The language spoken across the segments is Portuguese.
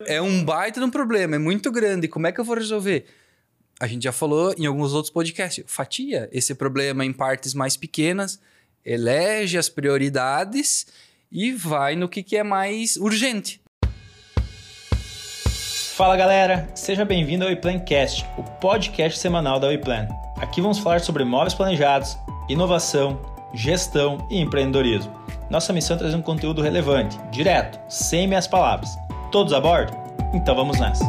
É um baita de um problema, é muito grande. Como é que eu vou resolver? A gente já falou em alguns outros podcasts. Fatia esse problema em partes mais pequenas, elege as prioridades e vai no que é mais urgente. Fala galera, seja bem-vindo ao WePlancast, o podcast semanal da WePlan. Aqui vamos falar sobre imóveis planejados, inovação, gestão e empreendedorismo. Nossa missão é trazer um conteúdo relevante, direto, sem meias palavras. Todos a bordo? Então vamos nessa!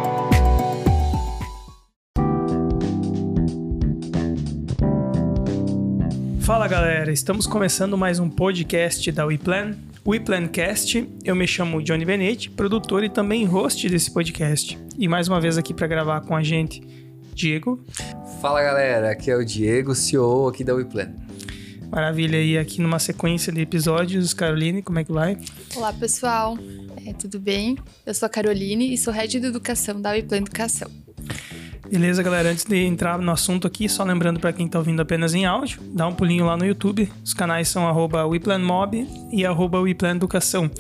Fala galera, estamos começando mais um podcast da WePlan, o WePlancast. Eu me chamo Johnny Benetti, produtor e também host desse podcast. E mais uma vez aqui para gravar com a gente, Diego. Fala galera, aqui é o Diego, CEO aqui da WePlan. Maravilha, e aqui numa sequência de episódios, Caroline, como é que vai? Olá pessoal, tudo bem? Eu sou a Caroline e sou Head de Educação da WePlan Educação. Beleza, galera, antes de entrar no assunto aqui, só lembrando para quem está ouvindo apenas em áudio, dá um pulinho lá no YouTube, os canais são @WePlanMob e @WePlanEducação.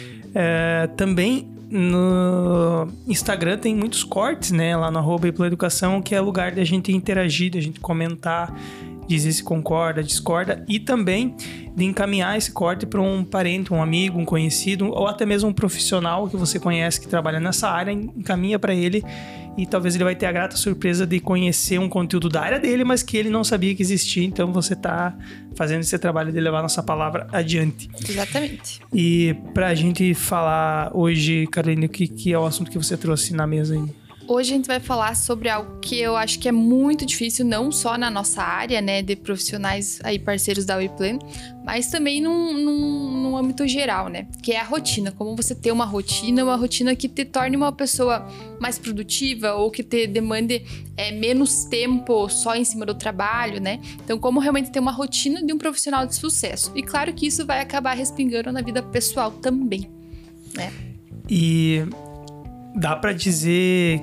Também no Instagram tem muitos cortes, né, lá no @WePlanEducação, que é lugar de a gente interagir, de a gente comentar, dizer se concorda, discorda, e também de encaminhar esse corte para um parente, um amigo, um conhecido, ou até mesmo um profissional que você conhece que trabalha nessa área, encaminha para ele e talvez ele vai ter a grata surpresa de conhecer um conteúdo da área dele, mas que ele não sabia que existia, então você está fazendo esse trabalho de levar nossa palavra adiante. Exatamente. E para a gente falar hoje, Caroline, o que é o assunto que você trouxe na mesa aí? Hoje a gente vai falar sobre algo que eu acho que é muito difícil, não só na nossa área, né, de profissionais aí parceiros da WePlan, mas também num âmbito geral, né, que é a rotina. Como você ter uma rotina que te torne uma pessoa mais produtiva ou que te demande menos tempo só em cima do trabalho, né? Então, como realmente ter uma rotina de um profissional de sucesso. E claro que isso vai acabar respingando na vida pessoal também, né? E dá para dizer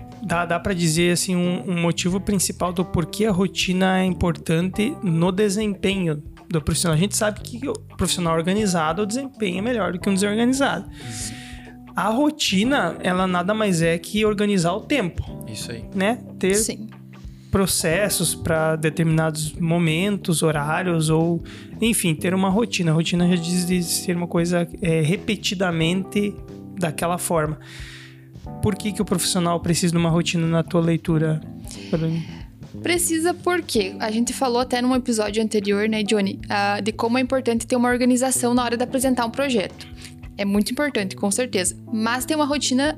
assim, um motivo principal do porquê a rotina é importante no desempenho do profissional. A gente sabe que o profissional organizado desempenha melhor do que um desorganizado. A rotina, ela nada mais é que organizar o tempo. Isso aí. Né? Ter Sim. processos para determinados momentos, horários, ou enfim, ter uma rotina. A rotina já diz de ser uma coisa repetidamente daquela forma. Por que o profissional precisa de uma rotina na tua leitura? Precisa porque a gente falou até num episódio anterior, né, Johnny, de como é importante ter uma organização na hora de apresentar um projeto. É muito importante, com certeza. Mas ter uma rotina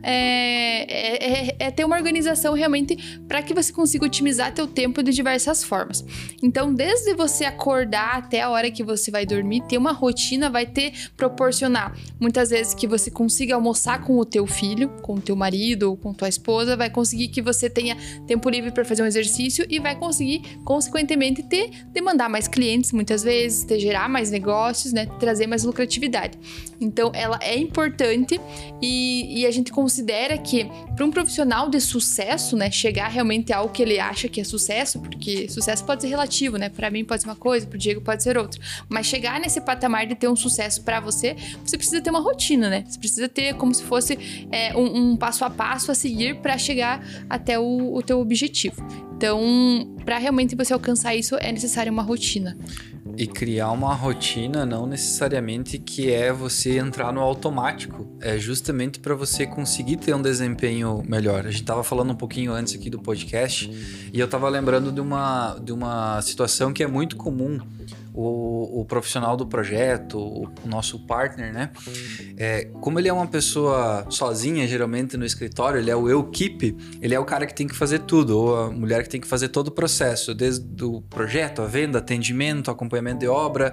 é ter uma organização realmente para que você consiga otimizar teu tempo de diversas formas. Então, desde você acordar até a hora que você vai dormir, ter uma rotina vai proporcionar muitas vezes que você consiga almoçar com o teu filho, com o teu marido ou com tua esposa, vai conseguir que você tenha tempo livre para fazer um exercício e vai conseguir, consequentemente, demandar mais clientes muitas vezes, gerar mais negócios, né, trazer mais lucratividade. Então, ela é importante e a gente considera que para um profissional de sucesso, né, chegar realmente a algo que ele acha que é sucesso, porque sucesso pode ser relativo, né? Para mim pode ser uma coisa, para o Diego pode ser outra. Mas chegar nesse patamar de ter um sucesso para você, você precisa ter uma rotina, né? Você precisa ter como se fosse um passo a passo a seguir para chegar até o teu objetivo. Então, para realmente você alcançar isso, é necessária uma rotina. E criar uma rotina não necessariamente que é você entrar no automático. É justamente para você conseguir ter um desempenho melhor. A gente estava falando um pouquinho antes aqui do podcast e eu estava lembrando de uma situação que é muito comum. O profissional do projeto, o nosso partner, né? Como ele é uma pessoa sozinha, geralmente no escritório, ele é o eu-keep, ele é o cara que tem que fazer tudo, ou a mulher que tem que fazer todo o processo, desde o projeto, a venda, atendimento, acompanhamento de obra.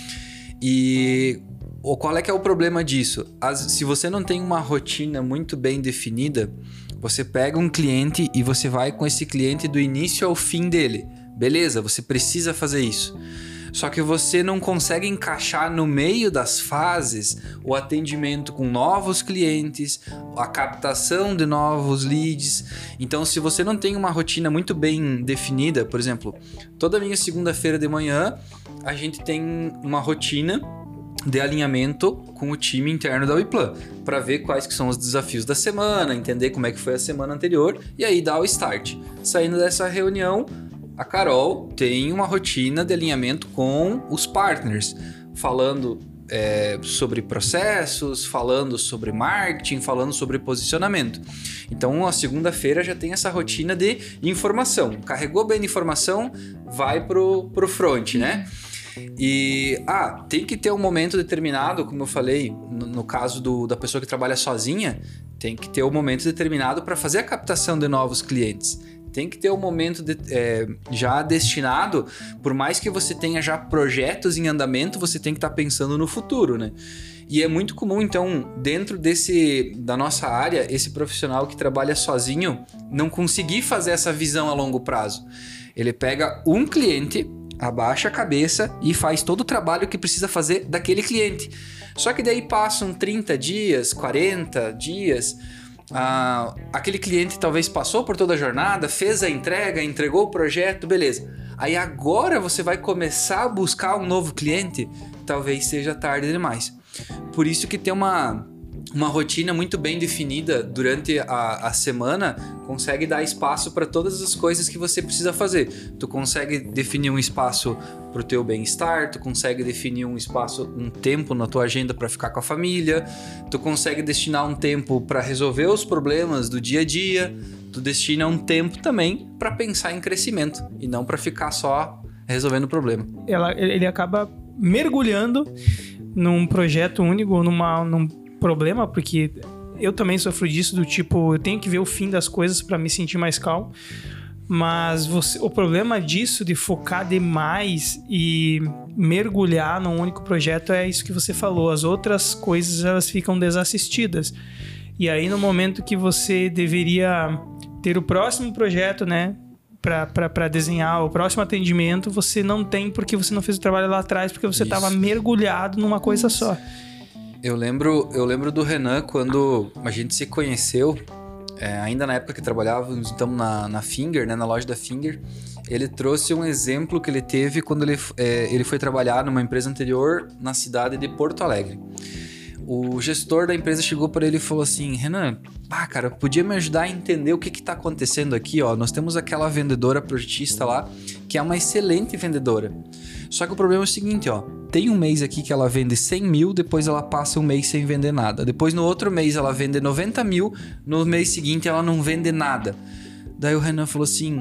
E qual é que é o problema disso? Se você não tem uma rotina muito bem definida, você pega um cliente e você vai com esse cliente do início ao fim dele. Beleza, você precisa fazer isso. Só que você não consegue encaixar no meio das fases o atendimento com novos clientes, a captação de novos leads. Então, se você não tem uma rotina muito bem definida, por exemplo, toda minha segunda-feira de manhã, a gente tem uma rotina de alinhamento com o time interno da WePlan, para ver quais que são os desafios da semana, entender como é que foi a semana anterior e aí dar o start. Saindo dessa reunião, a Carol tem uma rotina de alinhamento com os partners, falando sobre processos, falando sobre marketing, falando sobre posicionamento. Então, a segunda-feira já tem essa rotina de informação. Carregou bem a informação, vai pro front, né? E tem que ter um momento determinado, como eu falei, no caso da pessoa que trabalha sozinha, tem que ter um momento determinado para fazer a captação de novos clientes. Tem que ter um momento já destinado, por mais que você tenha já projetos em andamento, você tem que estar pensando no futuro, né? E é muito comum, então, dentro da nossa área, esse profissional que trabalha sozinho não conseguir fazer essa visão a longo prazo. Ele pega um cliente, abaixa a cabeça e faz todo o trabalho que precisa fazer daquele cliente. Só que daí passam 30 dias, 40 dias... aquele cliente talvez passou por toda a jornada, fez a entrega, entregou o projeto, beleza. Aí agora você vai começar a buscar um novo cliente, talvez seja tarde demais. Por isso que ter uma rotina muito bem definida durante a semana consegue dar espaço para todas as coisas que você precisa fazer. Tu consegue definir um espaço para o teu bem-estar, tu consegue definir um tempo na tua agenda para ficar com a família, tu consegue destinar um tempo para resolver os problemas do dia a dia, tu destina um tempo também para pensar em crescimento e não para ficar só resolvendo o problema. Ele acaba mergulhando num projeto único ou num problema, porque eu também sofro disso, do tipo, eu tenho que ver o fim das coisas para me sentir mais calmo, mas o problema disso, de focar demais e mergulhar num único projeto, é isso que você falou, as outras coisas elas ficam desassistidas, e aí no momento que você deveria ter o próximo projeto, né, para desenhar o próximo atendimento, você não tem, porque você não fez o trabalho lá atrás, porque você estava mergulhado numa coisa só. Eu lembro do Renan quando a gente se conheceu, ainda na época que trabalhávamos então na Finger, né, na loja da Finger. Ele trouxe um exemplo que ele teve quando ele foi trabalhar numa empresa anterior na cidade de Porto Alegre. O gestor da empresa chegou para ele e falou assim: Renan, cara, podia me ajudar a entender o que está acontecendo aqui? Ó, nós temos aquela vendedora projetista lá, que é uma excelente vendedora. Só que o problema é o seguinte, ó, tem um mês aqui que ela vende 100 mil, depois ela passa um mês sem vender nada. Depois no outro mês ela vende 90 mil, no mês seguinte ela não vende nada. Daí o Renan falou assim: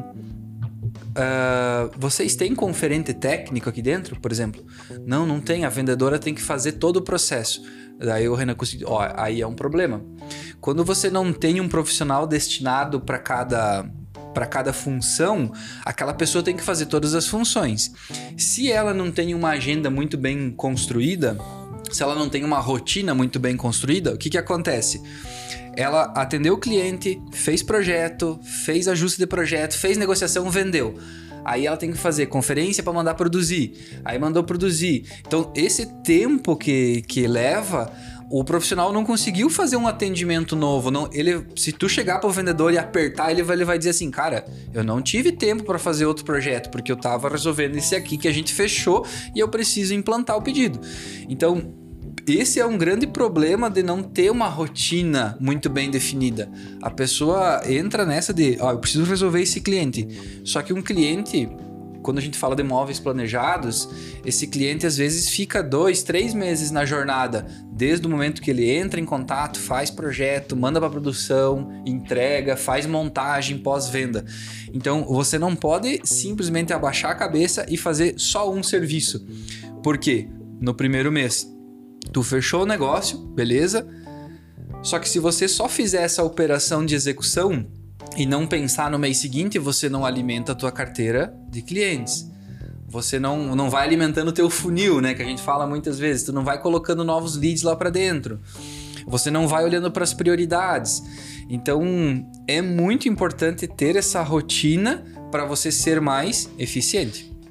vocês têm conferente técnico aqui dentro, por exemplo? Não tem, a vendedora tem que fazer todo o processo. Daí o Renan conseguiu, aí é um problema. Quando você não tem um profissional destinado para cada função, aquela pessoa tem que fazer todas as funções. Se ela não tem uma agenda muito bem construída, se ela não tem uma rotina muito bem construída, o que acontece? Ela atendeu o cliente, fez projeto, fez ajuste de projeto, fez negociação, vendeu. Aí ela tem que fazer conferência para mandar produzir. Aí mandou produzir. Então, esse tempo que leva, o profissional não conseguiu fazer um atendimento novo. Se tu chegar para o vendedor e apertar, ele vai dizer assim: cara, eu não tive tempo para fazer outro projeto, porque eu estava resolvendo esse aqui que a gente fechou e eu preciso implantar o pedido. Então, esse é um grande problema de não ter uma rotina muito bem definida. A pessoa entra nessa de, eu preciso resolver esse cliente. Só que um cliente, quando a gente fala de móveis planejados, esse cliente às vezes fica 2, 3 meses na jornada, desde o momento que ele entra em contato, faz projeto, manda para produção, entrega, faz montagem, pós-venda. Então, você não pode simplesmente abaixar a cabeça e fazer só um serviço. Por quê? No primeiro mês, tu fechou o negócio, beleza? Só que se você só fizer essa operação de execução e não pensar no mês seguinte, você não alimenta a tua carteira de clientes. Você não vai alimentando o teu funil, né? Que a gente fala muitas vezes. Tu não vai colocando novos leads lá para dentro. Você não vai olhando para as prioridades. Então, é muito importante ter essa rotina para você ser mais eficiente.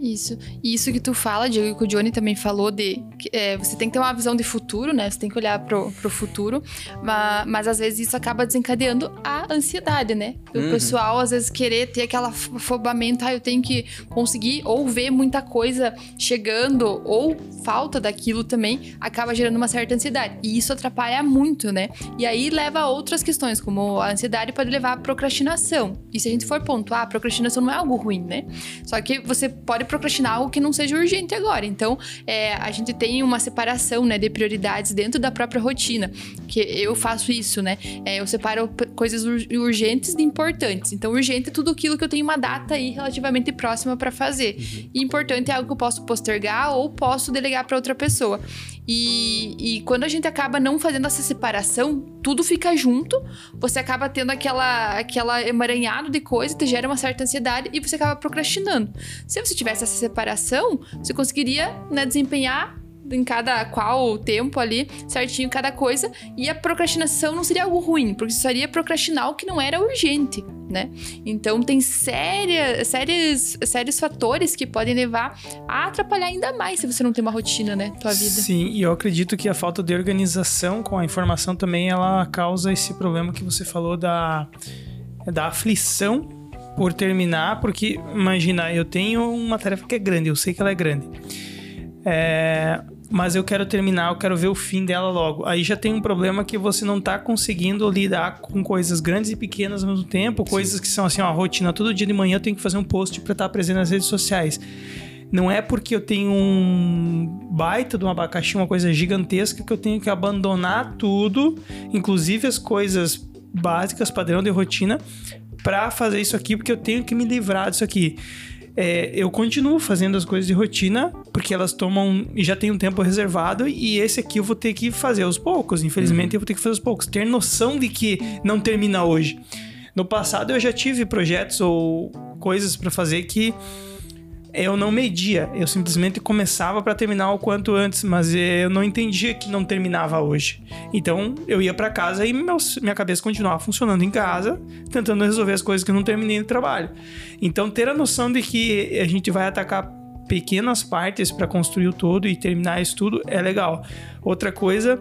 Isso. E isso que tu fala, Diego, que o Johnny também falou você tem que ter uma visão de futuro, né? Você tem que olhar pro futuro, mas às vezes isso acaba desencadeando a ansiedade, né? O pessoal, às vezes, querer ter aquela afobamento, eu tenho que conseguir, ou ver muita coisa chegando, ou falta daquilo também, acaba gerando uma certa ansiedade. E isso atrapalha muito, né? E aí leva a outras questões, como a ansiedade pode levar à procrastinação. E se a gente for pontuar, a procrastinação não é algo ruim, né? Só que você pode procrastinar algo que não seja urgente agora. Então, a gente tem uma separação, né, de prioridades dentro da própria rotina, que eu faço isso, né? Eu separo coisas urgentes de importantes. Então, urgente é tudo aquilo que eu tenho uma data aí relativamente próxima para fazer. E importante é algo que eu posso postergar ou posso delegar para outra pessoa. E quando a gente acaba não fazendo essa separação, tudo fica junto, você acaba tendo aquela emaranhado de coisa, te gera uma certa ansiedade e você acaba procrastinando. Se você tivesse essa separação, você conseguiria, né, desempenhar em cada qual tempo ali, certinho cada coisa, e a procrastinação não seria algo ruim, porque isso seria procrastinar o que não era urgente, né? Então tem sérios fatores que podem levar a atrapalhar ainda mais se você não tem uma rotina, né, tua vida. Sim, e eu acredito que a falta de organização com a informação também, ela causa esse problema que você falou da aflição por terminar, porque imagina, eu tenho uma tarefa que é grande, eu sei que ela é grande, mas eu quero terminar, eu quero ver o fim dela logo. Aí já tem um problema que você não tá conseguindo lidar com coisas grandes e pequenas ao mesmo tempo, coisas que são assim, ó, rotina, todo dia de manhã eu tenho que fazer um post para estar presente nas redes sociais. Não é porque eu tenho um baita de um abacaxi, uma coisa gigantesca, que eu tenho que abandonar tudo, inclusive as coisas básicas, padrão de rotina, para fazer isso aqui, porque eu tenho que me livrar disso aqui. Eu continuo fazendo as coisas de rotina, porque elas tomam e já tem um tempo reservado, e esse aqui eu vou ter que fazer aos poucos. Infelizmente eu vou ter que fazer aos poucos. Ter noção de que não termina hoje. No passado eu já tive projetos ou coisas para fazer que eu não media, eu simplesmente começava para terminar o quanto antes, mas eu não entendia que não terminava hoje. Então eu ia para casa e minha cabeça continuava funcionando em casa, tentando resolver as coisas que eu não terminei no trabalho. Então ter a noção de que a gente vai atacar pequenas partes para construir o todo e terminar isso tudo é legal. Outra coisa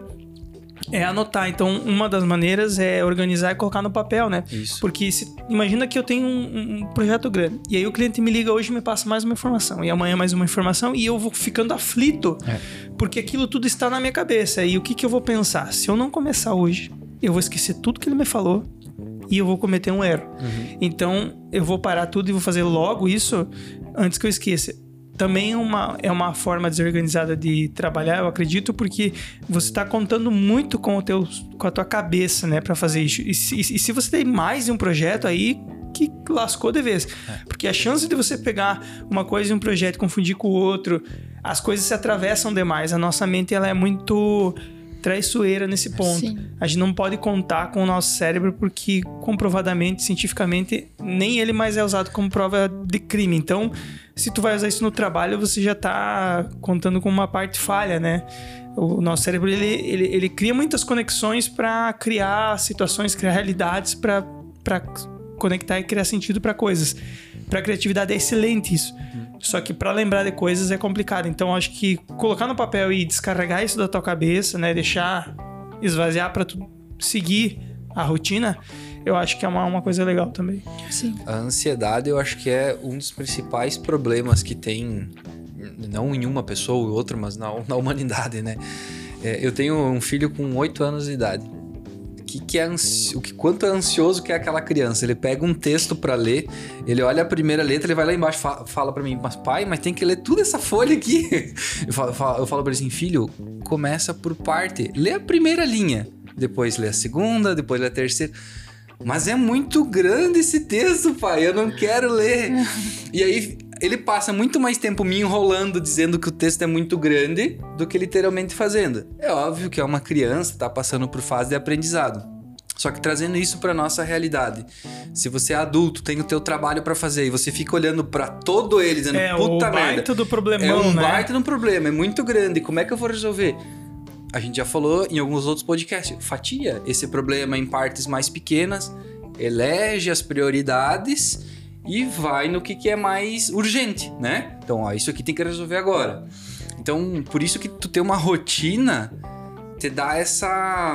é anotar. Então, uma das maneiras é organizar e colocar no papel, né? Isso. Porque imagina que eu tenho um projeto grande. E aí o cliente me liga hoje e me passa mais uma informação. E amanhã mais uma informação. E eu vou ficando aflito. Porque aquilo tudo está na minha cabeça. E o que eu vou pensar? Se eu não começar hoje, eu vou esquecer tudo que ele me falou. E eu vou cometer um erro. Então, eu vou parar tudo e vou fazer logo isso antes que eu esqueça. Também é uma forma desorganizada de trabalhar, eu acredito, porque você está contando muito com a tua cabeça, né, para fazer isso. E se você tem mais de um projeto, aí que lascou de vez. Porque a chance de você pegar uma coisa em um projeto e confundir com o outro, as coisas se atravessam demais. A nossa mente, ela é muito traiçoeira nesse ponto. Sim. A gente não pode contar com o nosso cérebro, porque comprovadamente, cientificamente, nem ele mais é usado como prova de crime. Então, se tu vai usar isso no trabalho, você já tá contando com uma parte falha, né? O nosso cérebro, ele cria muitas conexões para criar situações, criar realidades, para conectar e criar sentido para coisas. Para criatividade é excelente isso. Só que para lembrar de coisas é complicado. Então, acho que colocar no papel e descarregar isso da tua cabeça, né? Deixar esvaziar para tu seguir a rotina, eu acho que é uma coisa legal também. Sim. A ansiedade, eu acho que é um dos principais problemas que tem, não em uma pessoa ou outra, mas na humanidade, né? Eu tenho um filho com 8 anos de idade. Quanto é ansioso que é aquela criança. Ele pega um texto pra ler, ele olha a primeira letra, ele vai lá embaixo e fala pra mim, mas pai, mas tem que ler toda essa folha aqui. Eu falo pra ele assim, filho, começa por parte, lê a primeira linha, depois lê a segunda, depois lê a terceira. Mas é muito grande esse texto, pai, eu não quero ler. E aí ele passa muito mais tempo me enrolando, dizendo que o texto é muito grande, do que literalmente fazendo. É óbvio que é uma criança, tá passando por fase de aprendizado. Só que trazendo isso pra nossa realidade. Se você é adulto, tem o teu trabalho pra fazer, e você fica olhando pra todo ele, dizendo, puta merda. É um baita do problemão, né? É um baita do problema, é muito grande, como é que eu vou resolver? A gente já falou em alguns outros podcasts, fatia esse problema em partes mais pequenas, elege as prioridades e vai no que é mais urgente, né? Então, isso aqui tem que resolver agora. Então, por isso que tu ter uma rotina te dá essa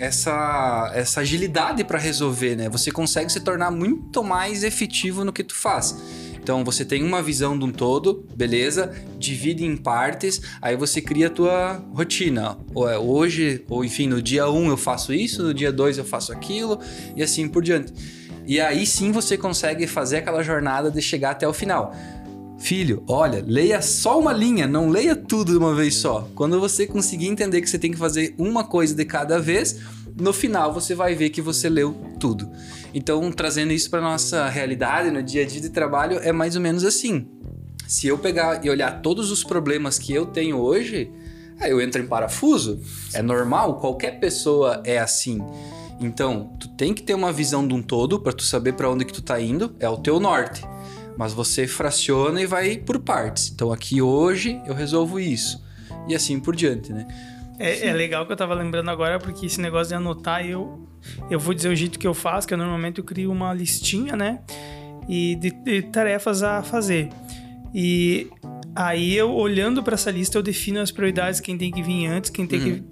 agilidade para resolver, né? Você consegue se tornar muito mais efetivo no que tu faz. Então, você tem uma visão de um todo, beleza? Divide em partes, aí você cria a tua rotina. Hoje, ou enfim, no dia 1 eu faço isso, no dia 2 eu faço aquilo, e assim por diante. E aí sim você consegue fazer aquela jornada de chegar até o final. Filho, olha, leia só uma linha, não leia tudo de uma vez só. Quando você conseguir entender que você tem que fazer uma coisa de cada vez, no final você vai ver que você leu tudo. Então, trazendo isso para nossa realidade, no dia a dia de trabalho, é mais ou menos assim. Se eu pegar e olhar todos os problemas que eu tenho hoje, aí eu entro em parafuso. É normal, qualquer pessoa é assim. Então, tu tem que ter uma visão de um todo para tu saber para onde que tu tá indo, é o teu norte. Mas você fraciona e vai por partes. Então, aqui hoje eu resolvo isso. E assim por diante, né? É legal que eu tava lembrando agora, porque esse negócio de anotar, eu vou dizer o jeito que eu faço, que eu normalmente crio uma listinha, né? E de tarefas a fazer. E aí eu, olhando para essa lista, eu defino as prioridades, quem tem que vir antes, quem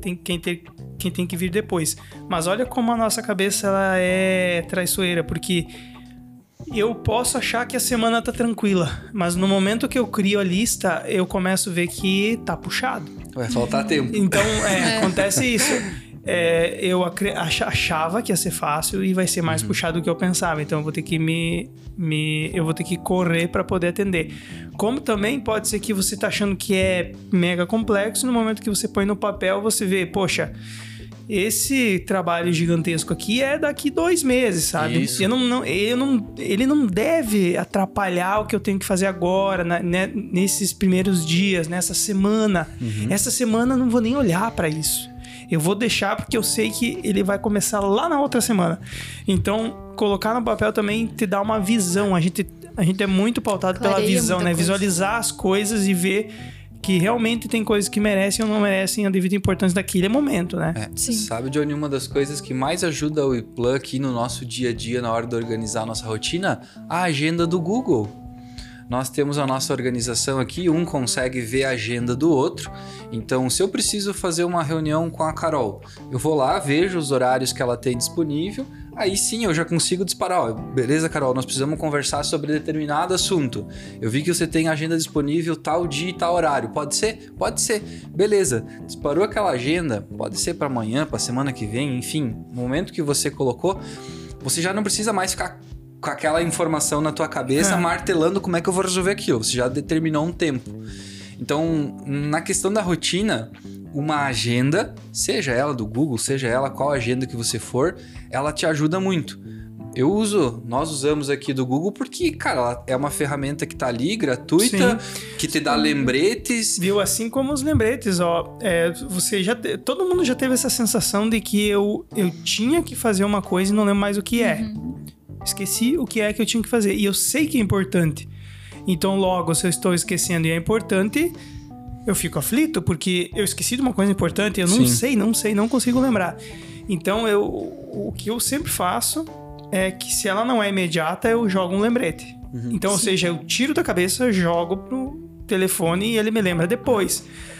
tem que vir depois. Mas olha como a nossa cabeça ela é traiçoeira, porque eu posso achar que a semana tá tranquila, mas no momento que eu crio a lista, eu começo a ver que tá puxado. Vai faltar tempo. Então, acontece isso. Eu achava que ia ser fácil e vai ser mais puxado do que eu pensava. Então, eu vou ter que eu vou ter que correr para poder atender. Como também pode ser que você tá achando que é mega complexo, no momento que você põe no papel, você vê, poxa, esse trabalho gigantesco aqui é daqui 2 meses, sabe? Isso. Ele não deve atrapalhar o que eu tenho que fazer agora, né, nesses primeiros dias, nessa semana. Essa semana eu não vou nem olhar para isso. Eu vou deixar porque eu sei que ele vai começar lá na outra semana. Então, colocar no papel também te dá uma visão. A gente é muito pautado pela visão, né? Visualizar as coisas e ver que realmente tem coisas que merecem ou não merecem a devida importância daquele momento, né? Sim. Sabe, Johnny, uma das coisas que mais ajuda o WePlan aqui no nosso dia a dia, na hora de organizar a nossa rotina, a agenda do Google. Nós temos a nossa organização aqui, um consegue ver a agenda do outro. Então, se eu preciso fazer uma reunião com a Carol, eu vou lá, vejo os horários que ela tem disponível, aí sim eu já consigo disparar. Beleza, Carol, nós precisamos conversar sobre determinado assunto. Eu vi que você tem agenda disponível tal dia e tal horário. Pode ser? Pode ser. Beleza. Disparou aquela agenda, pode ser para amanhã, para semana que vem, enfim. No momento que você colocou, você já não precisa mais ficar com aquela informação na tua cabeça, martelando como é que eu vou resolver aquilo. Você já determinou um tempo. Então, na questão da rotina, uma agenda, seja ela do Google, seja ela qual agenda que você for, ela te ajuda muito. Nós usamos aqui do Google porque, cara, ela é uma ferramenta que tá ali, gratuita, que te dá lembretes. Viu? Assim como os lembretes, ó. Todo mundo já teve essa sensação de que eu tinha que fazer uma coisa e não lembro mais o que é. Esqueci o que é que eu tinha que fazer. E eu sei que é importante. Então, logo, se eu estou esquecendo e é importante, eu fico aflito, porque eu esqueci de uma coisa importante, eu não consigo lembrar. Então, o que eu sempre faço é que, se ela não é imediata, eu jogo um lembrete. Então, ou seja, eu tiro da cabeça, jogo pro telefone e ele me lembra depois.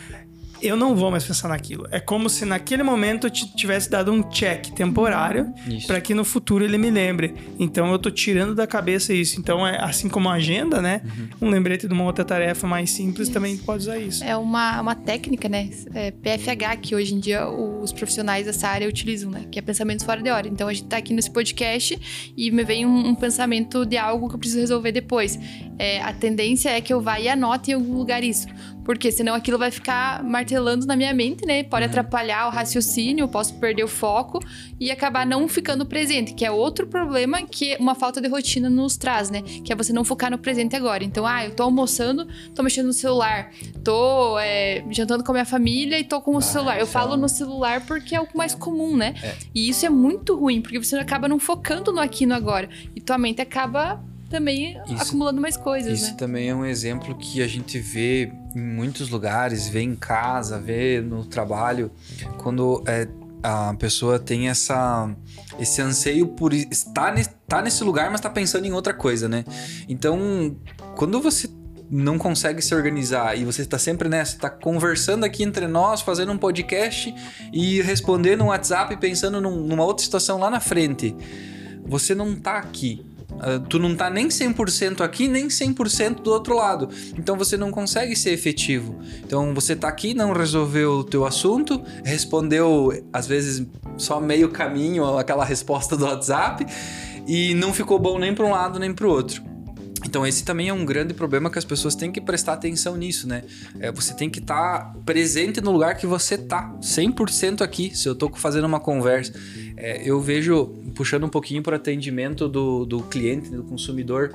Eu não vou mais pensar naquilo. É como se naquele momento eu tivesse dado um check temporário para que no futuro ele me lembre. Então eu tô tirando da cabeça isso. Então é assim como a agenda, né? Um lembrete de uma outra tarefa mais simples também pode usar isso. É uma técnica, né? PFH, que hoje em dia os profissionais dessa área utilizam, né? Que é pensamentos fora de hora. Então a gente tá aqui nesse podcast e me vem um pensamento de algo que eu preciso resolver depois. A tendência é que eu vá e anote em algum lugar isso. Porque senão aquilo vai ficar martelando na minha mente, né? Pode atrapalhar o raciocínio, eu posso perder o foco e acabar não ficando presente, que é outro problema que uma falta de rotina nos traz, né? Que é você não focar no presente agora. Então, eu tô almoçando, tô mexendo no celular, tô jantando com a minha família e tô com o celular. Eu falo no celular porque é o mais comum, né? E isso é muito ruim, porque você acaba não focando no aqui e no agora. E tua mente acaba também acumulando mais coisas, Isso também é um exemplo que a gente vê em muitos lugares, vê em casa, vê no trabalho, quando a pessoa tem esse anseio por estar nesse lugar, mas tá pensando em outra coisa, né? Então, quando você não consegue se organizar e você tá sempre nessa, tá conversando aqui entre nós, fazendo um podcast e respondendo um WhatsApp pensando numa outra situação lá na frente, você não tá aqui. Tu não tá nem 100% aqui, nem 100% do outro lado. Então você não consegue ser efetivo. Então você tá aqui, não resolveu o teu assunto, respondeu, às vezes, só meio caminho aquela resposta do WhatsApp e não ficou bom nem para um lado nem para o outro. Então esse também é um grande problema que as pessoas têm que prestar atenção nisso, né? Você tem que estar presente no lugar que você tá, 100% aqui. Se eu tô fazendo uma conversa, eu vejo, puxando um pouquinho para o atendimento do cliente, do consumidor,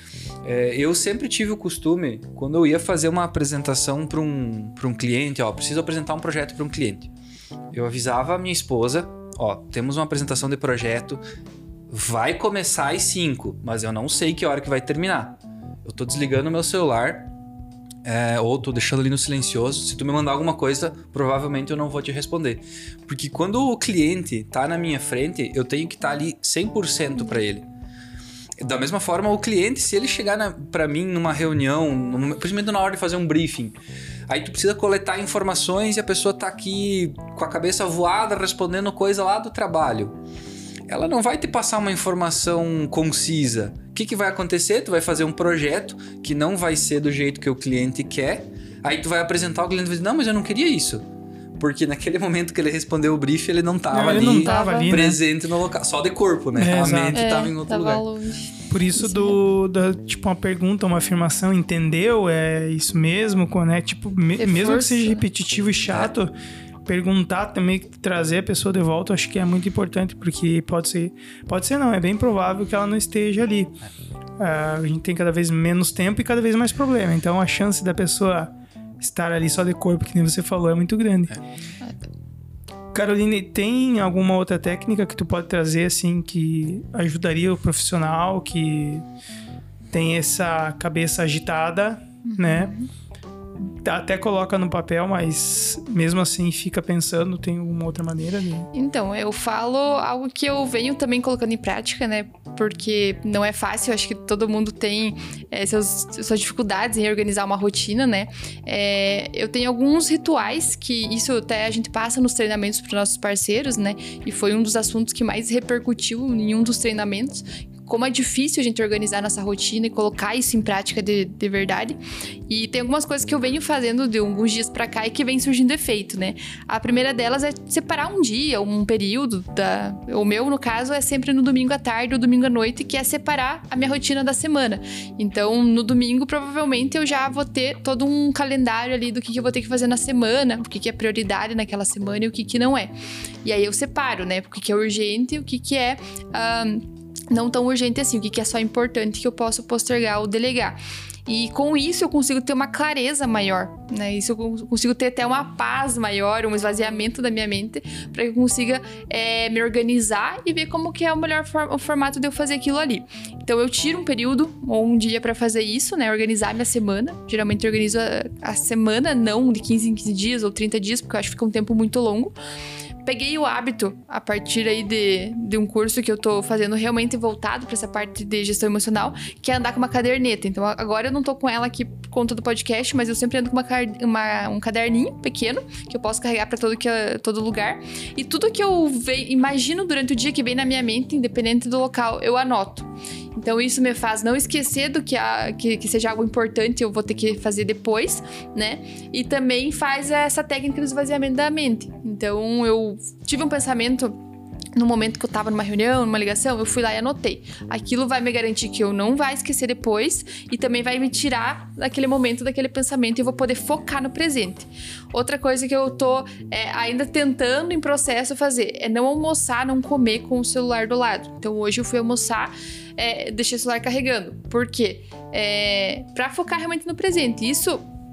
eu sempre tive o costume, quando eu ia fazer uma apresentação para um cliente, preciso apresentar um projeto para um cliente. Eu avisava a minha esposa, temos uma apresentação de projeto, vai começar às 5, mas eu não sei que hora que vai terminar. Eu tô desligando meu celular, ou tô deixando ali no silencioso. Se tu me mandar alguma coisa, provavelmente eu não vou te responder. Porque quando o cliente tá na minha frente, eu tenho que estar ali 100% para ele. Da mesma forma, o cliente, se ele chegar para mim numa reunião, principalmente na hora de fazer um briefing, aí tu precisa coletar informações e a pessoa tá aqui com a cabeça voada respondendo coisa lá do trabalho. Ela não vai te passar uma informação concisa. O que vai acontecer? Tu vai fazer um projeto que não vai ser do jeito que o cliente quer. Aí tu vai apresentar, o cliente vai dizer, não, mas eu não queria isso. Porque naquele momento que ele respondeu o brief, ele não estava ali, presente, né? No local. Só de corpo, né? A mente estava em outro lugar. Longe. Por isso, tipo, uma pergunta, uma afirmação, entendeu? É isso mesmo? Né? Tipo, mesmo que seja repetitivo e chato... Perguntar também, trazer a pessoa de volta, eu acho que é muito importante, porque pode ser não, é bem provável que ela não esteja ali. A gente tem cada vez menos tempo e cada vez mais problema, então a chance da pessoa estar ali só de corpo, que nem você falou, é muito grande. Caroline, tem alguma outra técnica que tu pode trazer, assim, que ajudaria o profissional que tem essa cabeça agitada, né? Até coloca no papel, mas mesmo assim fica pensando, tem alguma outra maneira de... Então, eu falo algo que eu venho também colocando em prática, né? Porque não é fácil, eu acho que todo mundo tem suas dificuldades em organizar uma rotina, né? Eu tenho alguns rituais que isso até a gente passa nos treinamentos para os nossos parceiros, né? E foi um dos assuntos que mais repercutiu em um dos treinamentos. Como é difícil a gente organizar nossa rotina e colocar isso em prática de verdade. E tem algumas coisas que eu venho fazendo de alguns dias pra cá e que vem surgindo efeito, né? A primeira delas é separar um dia, um período. O meu, no caso, é sempre no domingo à tarde ou domingo à noite, que é separar a minha rotina da semana. Então, no domingo, provavelmente, eu já vou ter todo um calendário ali do que eu vou ter que fazer na semana, o que é prioridade naquela semana e o que não é. E aí eu separo, né? O que é urgente e o que é... não tão urgente assim, o que é só importante que eu posso postergar ou delegar. E com isso eu consigo ter uma clareza maior, né? Isso eu consigo ter até uma paz maior, um esvaziamento da minha mente, para que eu consiga me organizar e ver como que é o melhor formato de eu fazer aquilo ali. Então eu tiro um período ou um dia para fazer isso, né? Organizar minha semana. Geralmente eu organizo a semana, não de 15 em 15 dias ou 30 dias, porque eu acho que fica um tempo muito longo. Peguei o hábito a partir aí de um curso que eu tô fazendo realmente voltado para essa parte de gestão emocional, que é andar com uma caderneta. Então agora eu não tô com ela aqui por conta do podcast, mas eu sempre ando com um caderninho pequeno que eu posso carregar para todo lugar. E tudo que eu imagino durante o dia que vem na minha mente, independente do local, eu anoto. Então isso me faz não esquecer do que seja algo importante, eu vou ter que fazer depois, né? E também faz essa técnica do esvaziamento da mente. Então eu tive um pensamento no momento que eu tava numa reunião, numa ligação, eu fui lá e anotei. Aquilo vai me garantir que eu não vai esquecer depois e também vai me tirar daquele momento, daquele pensamento, e eu vou poder focar no presente. Outra coisa que eu tô ainda tentando em processo fazer é não almoçar, não comer com o celular do lado. Então hoje eu fui almoçar, deixei o celular carregando. Por quê? Pra focar realmente no presente. Isso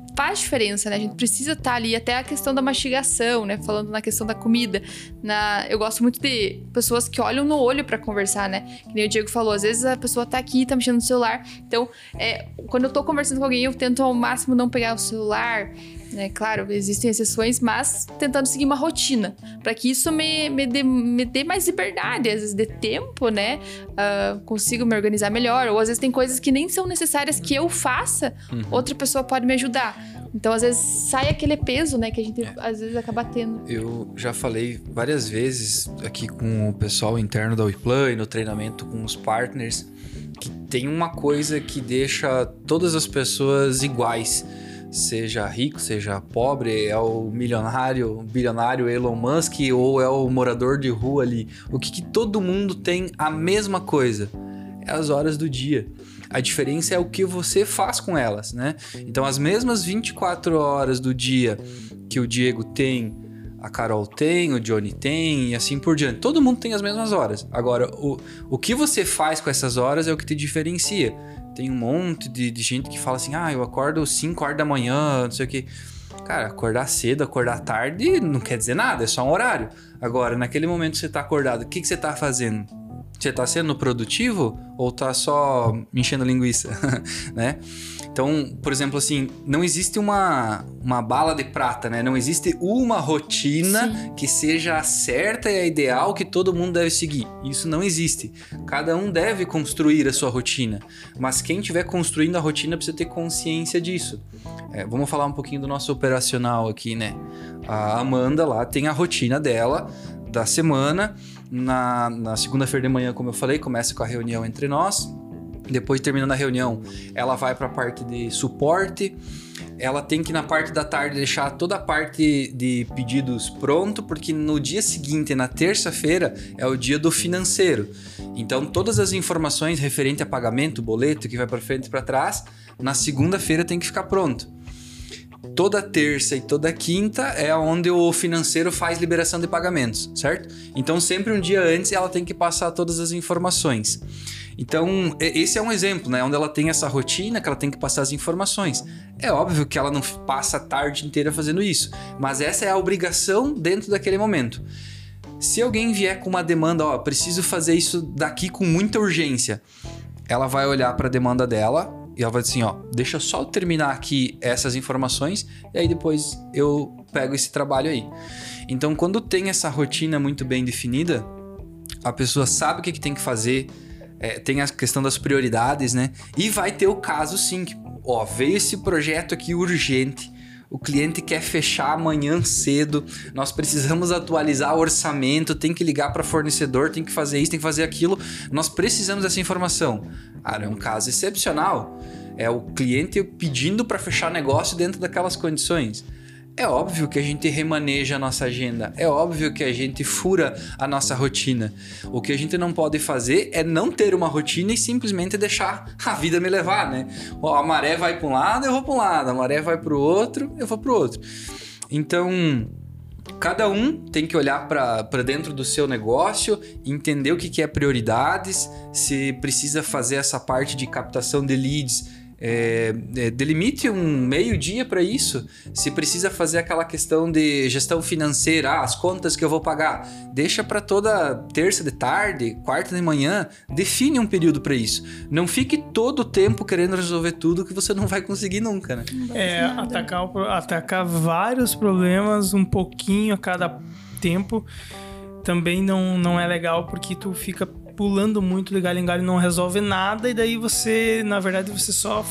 faz diferença, né? A gente precisa estar ali, até a questão da mastigação, né? Falando na questão da comida. Eu gosto muito de pessoas que olham no olho pra conversar, né? Que nem o Diego falou, às vezes a pessoa tá aqui, tá mexendo no celular. Então, quando eu tô conversando com alguém, eu tento ao máximo não pegar o celular, né? Claro, existem exceções, mas tentando seguir uma rotina, para que isso me dê mais liberdade, às vezes de tempo, né? Consigo me organizar melhor, ou às vezes tem coisas que nem são necessárias que eu faça, outra pessoa pode me ajudar. Então, às vezes, sai aquele peso, né, que a gente às vezes acaba tendo. Eu já falei várias vezes aqui com o pessoal interno da WePlan, no treinamento com os partners, que tem uma coisa que deixa todas as pessoas iguais. Seja rico, seja pobre, é o milionário, bilionário Elon Musk ou é o morador de rua ali. O que todo mundo tem a mesma coisa? É as horas do dia. A diferença é o que você faz com elas, né? Então, as mesmas 24 horas do dia que o Diego tem, a Carol tem, o Johnny tem e assim por diante. Todo mundo tem as mesmas horas. Agora, o que você faz com essas horas é o que te diferencia. Tem um monte de gente que fala assim, eu acordo 5 horas da manhã, não sei o quê. Cara, acordar cedo, acordar tarde não quer dizer nada, é só um horário. Agora, naquele momento que você tá acordado, o que você tá fazendo? Você tá sendo produtivo ou tá só enchendo linguiça, né? Então, por exemplo, assim, não existe uma bala de prata, né? Não existe uma rotina Sim. que seja a certa e a ideal que todo mundo deve seguir. Isso não existe. Cada um deve construir a sua rotina, mas quem estiver construindo a rotina precisa ter consciência disso. Vamos falar um pouquinho do nosso operacional aqui, né? A Amanda lá tem a rotina dela da semana. Na segunda-feira de manhã, como eu falei, começa com a reunião entre nós. Depois, terminando a reunião, ela vai para a parte de suporte. Ela tem que, na parte da tarde, deixar toda a parte de pedidos pronto, porque no dia seguinte, na terça-feira, é o dia do financeiro. Então, todas as informações referentes a pagamento, boleto, que vai para frente e para trás, na segunda-feira tem que ficar pronto. Toda terça e toda quinta é onde o financeiro faz liberação de pagamentos, certo? Então, sempre um dia antes, ela tem que passar todas as informações. Então, esse é um exemplo, né? Onde ela tem essa rotina que ela tem que passar as informações. É óbvio que ela não passa a tarde inteira fazendo isso, mas essa é a obrigação dentro daquele momento. Se alguém vier com uma demanda, preciso fazer isso daqui com muita urgência, ela vai olhar para a demanda dela e ela vai dizer assim, deixa eu só terminar aqui essas informações e aí depois eu pego esse trabalho aí. Então, quando tem essa rotina muito bem definida, a pessoa sabe o que tem que fazer, tem a questão das prioridades, né? E vai ter o caso, sim, que veio esse projeto aqui urgente, o cliente quer fechar amanhã cedo, nós precisamos atualizar o orçamento, tem que ligar para fornecedor, tem que fazer isso, tem que fazer aquilo, nós precisamos dessa informação. É um caso excepcional, é o cliente pedindo para fechar negócio dentro daquelas condições. É óbvio que a gente remaneja a nossa agenda, é óbvio que a gente fura a nossa rotina. O que a gente não pode fazer é não ter uma rotina e simplesmente deixar a vida me levar, né? A maré vai para um lado, eu vou para um lado, a maré vai para o outro, eu vou para o outro. Então, cada um tem que olhar para dentro do seu negócio, entender o que é prioridades, se precisa fazer essa parte de captação de leads, delimite um meio-dia para isso. Se precisa fazer aquela questão de gestão financeira, as contas que eu vou pagar, deixa para toda terça de tarde, quarta de manhã, define um período para isso. Não fique todo o tempo querendo resolver tudo que você não vai conseguir nunca, né? Atacar vários problemas um pouquinho a cada tempo também não é legal, porque tu fica pulando muito de galho em galho, não resolve nada, e daí você, na verdade, você só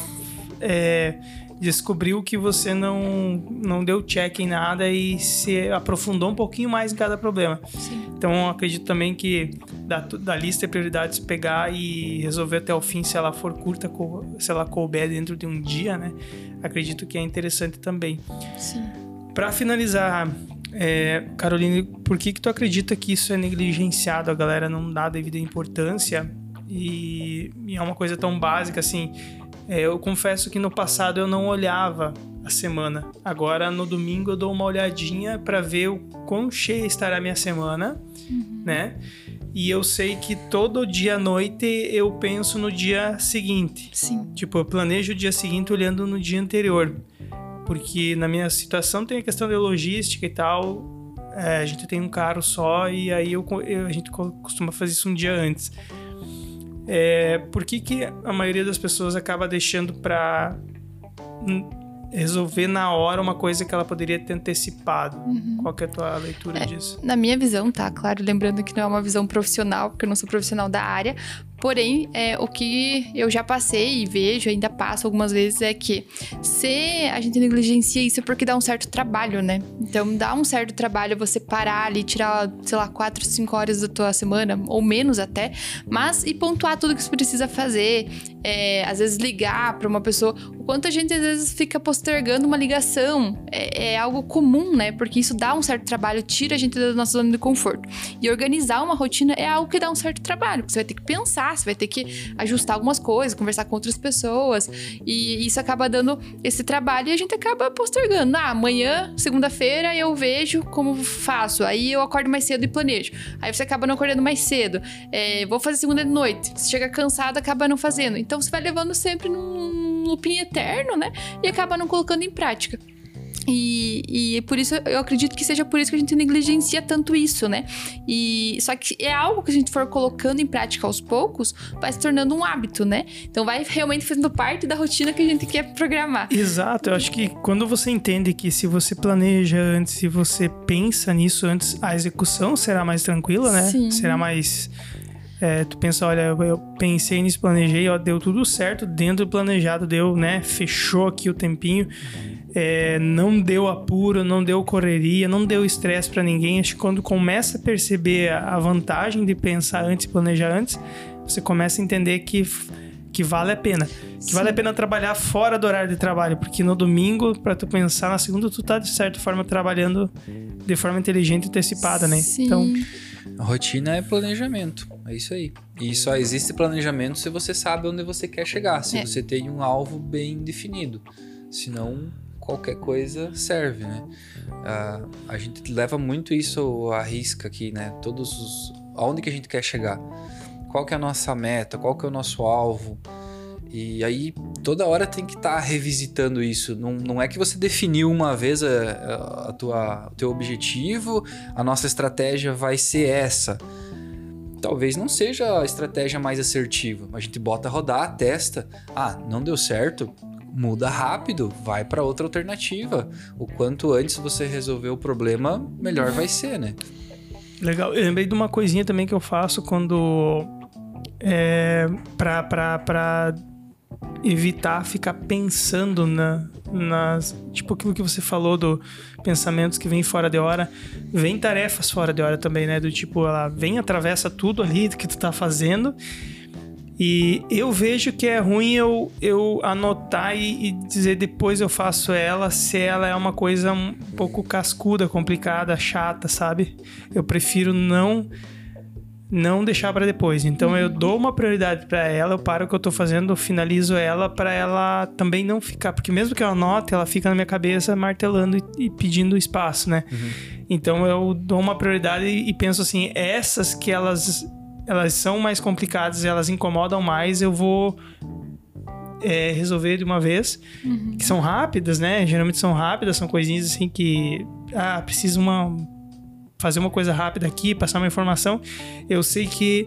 descobriu que você não deu check em nada e se aprofundou um pouquinho mais em cada problema. Sim. Então, eu acredito também que da lista de prioridades, pegar e resolver até o fim, se ela for curta, se ela couber dentro de um dia, né? Acredito que é interessante também. Sim. Para finalizar, Caroline, por que tu acredita que isso é negligenciado? A galera não dá a devida importância e é uma coisa tão básica assim. Eu confesso que no passado eu não olhava a semana. Agora no domingo eu dou uma olhadinha para ver o quão cheia estará a minha semana, né? E eu sei que todo dia à noite eu penso no dia seguinte. Sim. Tipo, eu planejo o dia seguinte olhando no dia anterior. porque na minha situação tem a questão de logística e tal. A gente tem um carro só e aí a gente costuma fazer isso um dia antes. Por que a maioria das pessoas acaba deixando para resolver na hora uma coisa que ela poderia ter antecipado? Qual que é a tua leitura disso? Na minha visão, tá? Claro, lembrando que não é uma visão profissional, porque eu não sou profissional da área. Porém, o que eu já passei e vejo, ainda passo algumas vezes, é que se a gente negligencia isso é porque dá um certo trabalho, né? Então, dá um certo trabalho você parar ali, tirar, sei lá, 4, 5 horas da tua semana, ou menos até, mas e pontuar tudo que você precisa fazer. Às vezes ligar para uma pessoa. O quanto a gente às vezes fica postergando uma ligação é algo comum, né? Porque isso dá um certo trabalho, tira a gente da nossa zona de conforto. E organizar uma rotina é algo que dá um certo trabalho, porque você vai ter que pensar, você vai ter que ajustar algumas coisas, conversar com outras pessoas, e isso acaba dando esse trabalho e a gente acaba postergando. Amanhã, segunda-feira, eu vejo como faço, aí eu acordo mais cedo e planejo. Aí você acaba não acordando mais cedo. Vou fazer segunda de noite. Você chega cansado, acaba não fazendo. Então você vai levando sempre num looping eterno, né? E acaba não colocando em prática. E por isso, eu acredito que seja por isso que a gente negligencia tanto isso, né? Só que é algo que a gente for colocando em prática aos poucos, vai se tornando um hábito, né? Então vai realmente fazendo parte da rotina que a gente quer programar. Exato, eu acho que quando você entende que se você planeja antes, se você pensa nisso antes, a execução será mais tranquila, né? Sim. Será mais... tu pensa, olha, eu pensei nisso, planejei, ó, deu tudo certo dentro do planejado, deu, né? Fechou aqui o tempinho. Não deu apuro, não deu correria, não deu estresse pra ninguém. Acho que quando começa a perceber a vantagem de pensar antes, planejar antes, você começa a entender que vale a pena. Que vale a pena trabalhar fora do horário de trabalho, porque no domingo, pra tu pensar, na segunda tu tá de certa forma trabalhando de forma inteligente e antecipada, né? Sim. Então, a rotina é planejamento, é isso aí. E só existe planejamento se você sabe onde você quer chegar, se você tem um alvo bem definido. Senão, qualquer coisa serve, né? A gente leva muito isso à risca aqui, né? Aonde que a gente quer chegar? Qual que é a nossa meta? Qual que é o nosso alvo? E aí, toda hora tem que estar revisitando isso. Não é que você definiu uma vez o teu objetivo, a nossa estratégia vai ser essa. Talvez não seja a estratégia mais assertiva. A gente bota a rodar, testa. Não deu certo? Muda rápido, vai para outra alternativa. O quanto antes você resolver o problema, melhor vai ser, né? Legal. Eu lembrei de uma coisinha também que eu faço quando... pra evitar ficar pensando nas... Tipo aquilo que você falou do pensamentos que vêm fora de hora. Vem tarefas fora de hora também, né? Do tipo, ela vem, atravessa tudo ali que tu tá fazendo. E eu vejo que é ruim eu anotar e dizer depois eu faço ela, se ela é uma coisa um pouco cascuda, complicada, chata, sabe? Eu prefiro não deixar para depois. Então eu dou uma prioridade para ela, eu paro o que eu tô fazendo, eu finalizo ela para ela também não ficar... Porque mesmo que eu anote, ela fica na minha cabeça martelando e pedindo espaço, né? Então eu dou uma prioridade e penso assim, essas que elas são mais complicadas, elas incomodam mais, eu vou resolver de uma vez. Que são rápidas, né? Geralmente são rápidas, são coisinhas assim que... preciso fazer uma coisa rápida aqui, passar uma informação. Eu sei que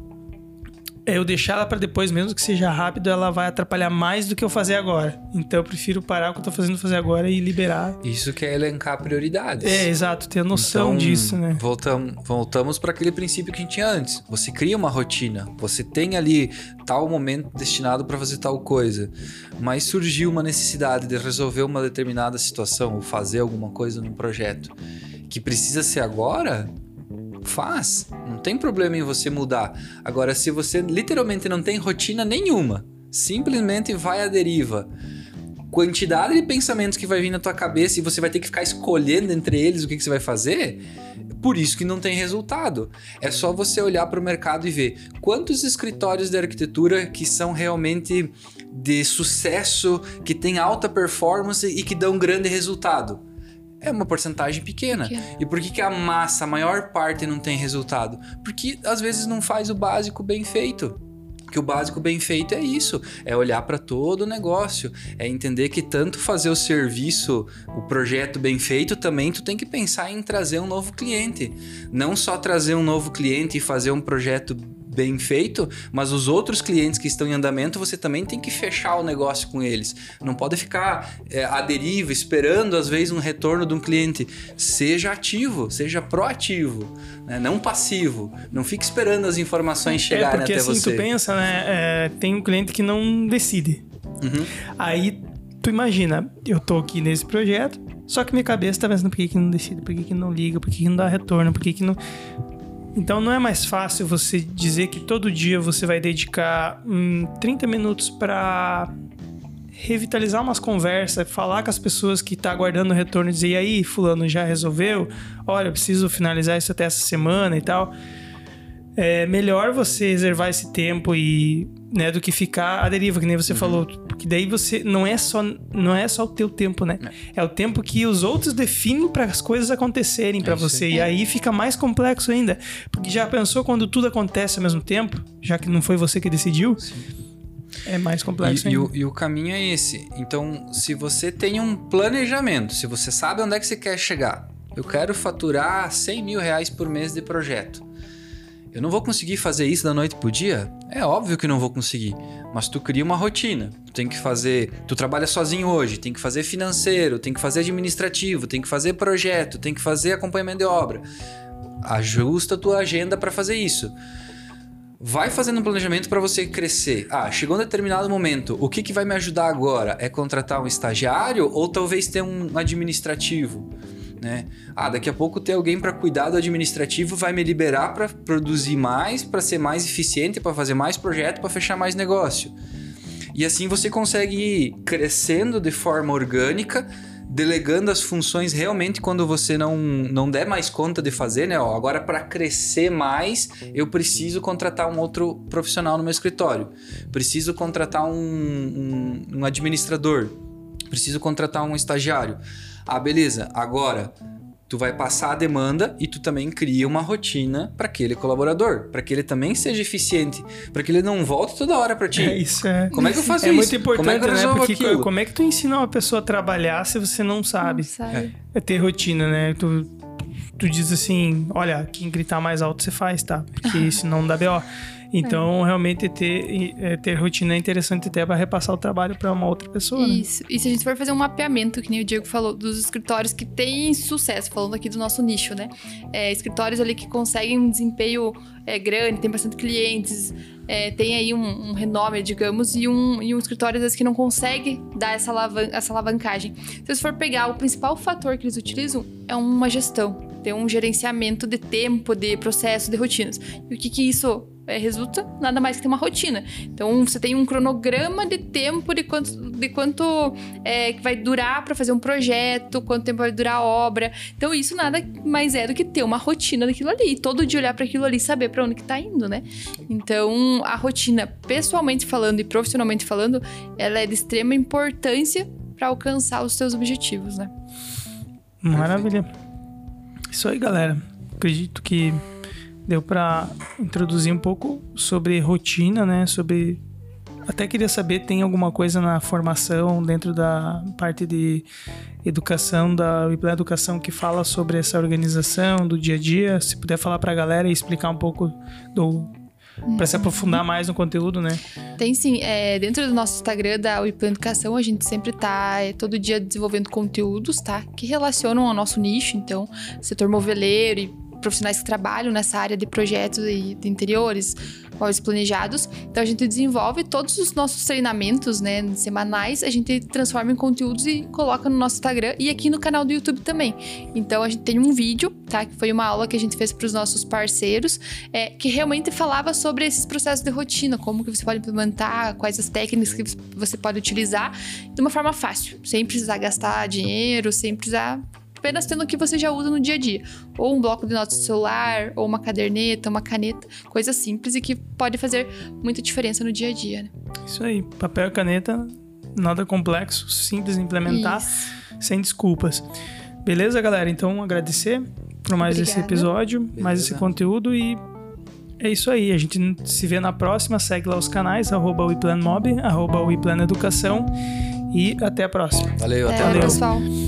eu deixar ela para depois, mesmo que seja rápido, ela vai atrapalhar mais do que eu fazer agora. Então eu prefiro parar o que eu tô fazendo fazer agora e liberar. Isso que é elencar prioridades. Exato, ter noção disso, né? Voltamos para aquele princípio que a gente tinha antes. Você cria uma rotina, você tem ali tal momento destinado para fazer tal coisa, mas surgiu uma necessidade de resolver uma determinada situação ou fazer alguma coisa num projeto que precisa ser agora, faz. Não tem problema em você mudar. Agora, se você literalmente não tem rotina nenhuma, simplesmente vai à deriva, quantidade de pensamentos que vai vir na tua cabeça e você vai ter que ficar escolhendo entre eles o que você vai fazer, por isso que não tem resultado. É só você olhar para o mercado e ver quantos escritórios de arquitetura que são realmente de sucesso, que têm alta performance e que dão grande resultado. É uma porcentagem pequena. E por que a massa, a maior parte, não tem resultado? Porque às vezes não faz o básico bem feito. Que o básico bem feito é isso, é olhar para todo o negócio, é entender que tanto fazer o serviço, o projeto bem feito, também tu tem que pensar em trazer um novo cliente. Não só trazer um novo cliente e fazer um projeto bem feito, mas os outros clientes que estão em andamento, você também tem que fechar o negócio com eles. Não pode ficar à deriva, esperando às vezes um retorno de um cliente. Seja ativo, seja proativo, né? Não passivo. Não fique esperando as informações chegarem até assim, você. Porque assim, tu pensa, né? Tem um cliente que não decide. Uhum. Aí, tu imagina, eu tô aqui nesse projeto, só que minha cabeça tá pensando por que não decide, por que não liga, por que não dá retorno, por que não... Então não é mais fácil você dizer que todo dia você vai dedicar 30 minutos para revitalizar umas conversas, falar com as pessoas que tá aguardando o retorno e dizer, e aí, fulano, já resolveu? Olha, eu preciso finalizar isso até essa semana e tal. É melhor você reservar esse tempo e, né, do que ficar à deriva, que nem você falou. Porque daí você não é só o teu tempo, né? É o tempo que os outros definem para as coisas acontecerem para você. E aí fica mais complexo ainda. Porque já pensou quando tudo acontece ao mesmo tempo? Já que não foi você que decidiu? Sim. É mais complexo ainda. E o caminho é esse. Então, se você tem um planejamento, se você sabe onde é que você quer chegar, eu quero faturar 100 mil reais por mês de projeto. Eu não vou conseguir fazer isso da noite pro dia? É óbvio que não vou conseguir, mas tu cria uma rotina. Tu tem que fazer, tu trabalha sozinho hoje, tem que fazer financeiro, tem que fazer administrativo, tem que fazer projeto, tem que fazer acompanhamento de obra. Ajusta a tua agenda para fazer isso. Vai fazendo um planejamento para você crescer. Chegou um determinado momento, o que vai me ajudar agora? É contratar um estagiário ou talvez ter um administrativo? Né? Daqui a pouco ter alguém para cuidar do administrativo vai me liberar para produzir mais, para ser mais eficiente, para fazer mais projeto, para fechar mais negócio. E assim você consegue ir crescendo de forma orgânica, delegando as funções realmente quando você não der mais conta de fazer, né? Agora para crescer mais, eu preciso contratar um outro profissional no meu escritório, preciso contratar um administrador, preciso contratar um estagiário. Beleza, agora tu vai passar a demanda e tu também cria uma rotina para aquele colaborador, para que ele também seja eficiente, para que ele não volte toda hora para ti. Como é que eu faço isso? É muito importante, como é que eu resolvo aquilo? Como é que tu ensina uma pessoa a trabalhar se você não sabe? É ter rotina, né? Tu diz assim, olha, quem gritar mais alto você faz, tá? Porque senão não dá B.O. Então, realmente, ter rotina é interessante até para repassar o trabalho para uma outra pessoa. Isso. Né? E se a gente for fazer um mapeamento, que nem o Diego falou, dos escritórios que têm sucesso, falando aqui do nosso nicho, né? Escritórios ali que conseguem um desempenho grande, tem bastante clientes, tem aí um renome, digamos, e um escritório às vezes que não consegue dar essa alavancagem. Se você for pegar, o principal fator que eles utilizam é uma gestão, tem um gerenciamento de tempo, de processo, de rotinas. E o que isso resulta? Nada mais que ter uma rotina. Então, você tem um cronograma de tempo de quanto que vai durar para fazer um projeto, quanto tempo vai durar a obra. Então, isso nada mais é do que ter uma rotina daquilo ali. E todo dia olhar para aquilo ali e saber para onde que tá indo, né? Então, a rotina, pessoalmente falando e profissionalmente falando, ela é de extrema importância para alcançar os seus objetivos, né? Maravilha. Isso aí, galera. Acredito que deu para introduzir um pouco sobre rotina, né? Até queria saber, tem alguma coisa na formação dentro da parte de educação, da WePlan Educação, que fala sobre essa organização do dia a dia? Se puder falar para a galera e explicar um pouco para se aprofundar mais no conteúdo, né? Tem sim. Dentro do nosso Instagram da WePlan Educação, a gente sempre tá todo dia desenvolvendo conteúdos, tá? Que relacionam ao nosso nicho, então, setor moveleiro e profissionais que trabalham nessa área de projetos e de interiores, móveis planejados. Então, a gente desenvolve todos os nossos treinamentos, né, semanais, a gente transforma em conteúdos e coloca no nosso Instagram e aqui no canal do YouTube também. Então, a gente tem um vídeo, tá, que foi uma aula que a gente fez para os nossos parceiros, que realmente falava sobre esses processos de rotina, como que você pode implementar, quais as técnicas que você pode utilizar de uma forma fácil, sem precisar gastar dinheiro, sem precisar... apenas tendo o que você já usa no dia a dia. Ou um bloco de notas do celular, ou uma caderneta, uma caneta. Coisa simples e que pode fazer muita diferença no dia a dia, né? Isso aí. Papel e caneta, nada complexo, simples de implementar, sem desculpas. Beleza, galera? Então, agradecer por mais esse episódio, mais esse conteúdo e É isso aí, a gente se vê na próxima, segue lá os canais, @WePlanMob, @WePlanEducação e até a próxima. Valeu, até a próxima. Pessoal.